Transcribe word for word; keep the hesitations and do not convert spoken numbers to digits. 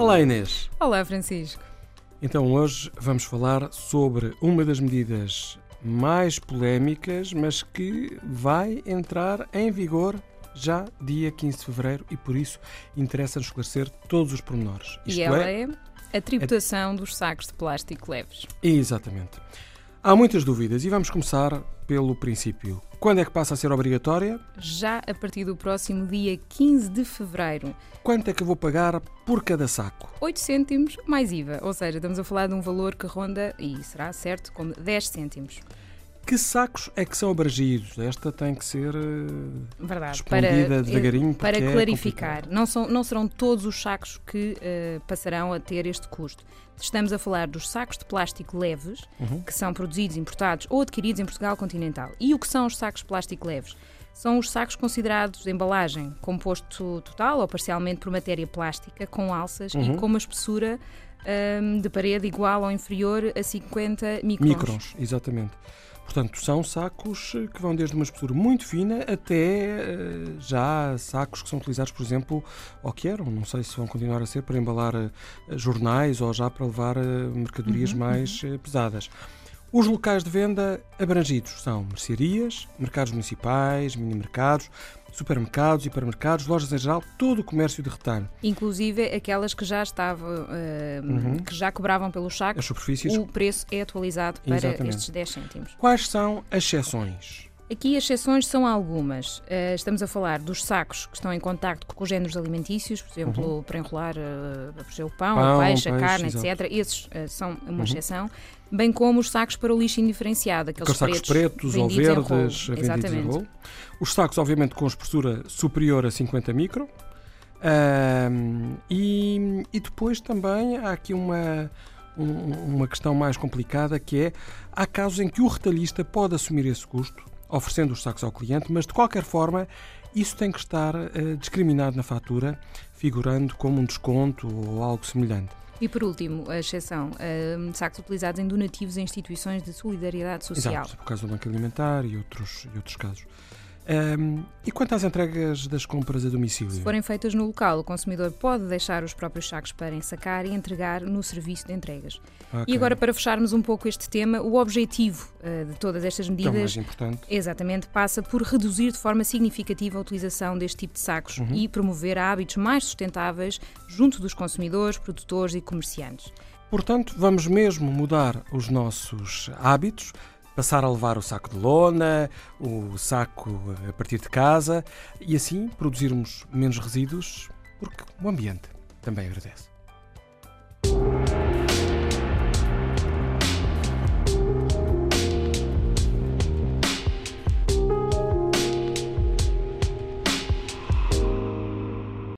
Olá, Inês. Olá, Francisco. Então hoje vamos falar sobre uma das medidas mais polémicas, mas que vai entrar em vigor já dia quinze de fevereiro e por isso interessa-nos esclarecer todos os pormenores. Isto e ela é, é a tributação é... dos sacos de plástico leves. Exatamente. Há muitas dúvidas e vamos começar pelo princípio. Quando é que passa a ser obrigatória? Já a partir do próximo dia quinze de fevereiro. Quanto é que eu vou pagar por cada saco? oito cêntimos mais I V A, ou seja, estamos a falar de um valor que ronda, e será certo, como dez cêntimos. Que sacos é que são abrangidos? Esta tem que ser Verdade, respondida para, devagarinho. Para é clarificar, não, são, não serão todos os sacos que uh, passarão a ter este custo. Estamos a falar dos sacos de plástico leves, uhum. que são produzidos, importados ou adquiridos em Portugal continental. E o que são os sacos de plástico leves? São os sacos considerados de embalagem, composto total ou parcialmente por matéria plástica, com alças uhum. e com uma espessura um, de parede igual ou inferior a cinquenta microns. Microns, exatamente. Portanto, são sacos que vão desde uma espessura muito fina até uh, já sacos que são utilizados, por exemplo, ou que eram, não sei se vão continuar a ser, para embalar uh, jornais ou já para levar uh, mercadorias uhum, mais uh, pesadas. Os locais de venda abrangidos são mercearias, mercados municipais, mini-mercados, supermercados, hipermercados, lojas em geral, todo o comércio de retalho. Inclusive aquelas que já estavam, uh, uhum. que já cobravam pelos sacos, as superfícies. O preço é atualizado para Exatamente. Estes dez cêntimos. Quais são as exceções? Aqui as exceções são algumas. Uh, estamos a falar dos sacos que estão em contacto com os géneros alimentícios, por exemplo, uhum. para enrolar uh, por exemplo, o pão, pão, o peixe, peixe, a carne, exato. etcétera. Esses uh, são uma uhum. exceção. Bem como os sacos para o lixo indiferenciado, aqueles Os sacos pretos ou verdes vendidos em rolo. Os sacos, obviamente, com espessura superior a cinquenta micron. Um, e, e depois também há aqui uma, um, uma questão mais complicada, que é, há casos em que o retalhista pode assumir esse custo, oferecendo os sacos ao cliente, mas de qualquer forma isso tem que estar uh, discriminado na fatura, figurando como um desconto ou algo semelhante. E por último, a exceção, uh, sacos utilizados em donativos a instituições de solidariedade social. Exato, por causa do Banco Alimentar e outros, e outros casos. Um, e quanto às entregas das compras a domicílio? Se forem feitas no local, o consumidor pode deixar os próprios sacos para ensacar e entregar no serviço de entregas. Okay. E agora, para fecharmos um pouco este tema, o objetivo uh, de todas estas medidas, mais importante. Exatamente, passa por reduzir de forma significativa a utilização deste tipo de sacos uhum. e promover hábitos mais sustentáveis junto dos consumidores, produtores e comerciantes. Portanto, vamos mesmo mudar os nossos hábitos, passar a levar o saco de lona, o saco a partir de casa e assim produzirmos menos resíduos, porque o ambiente também agradece.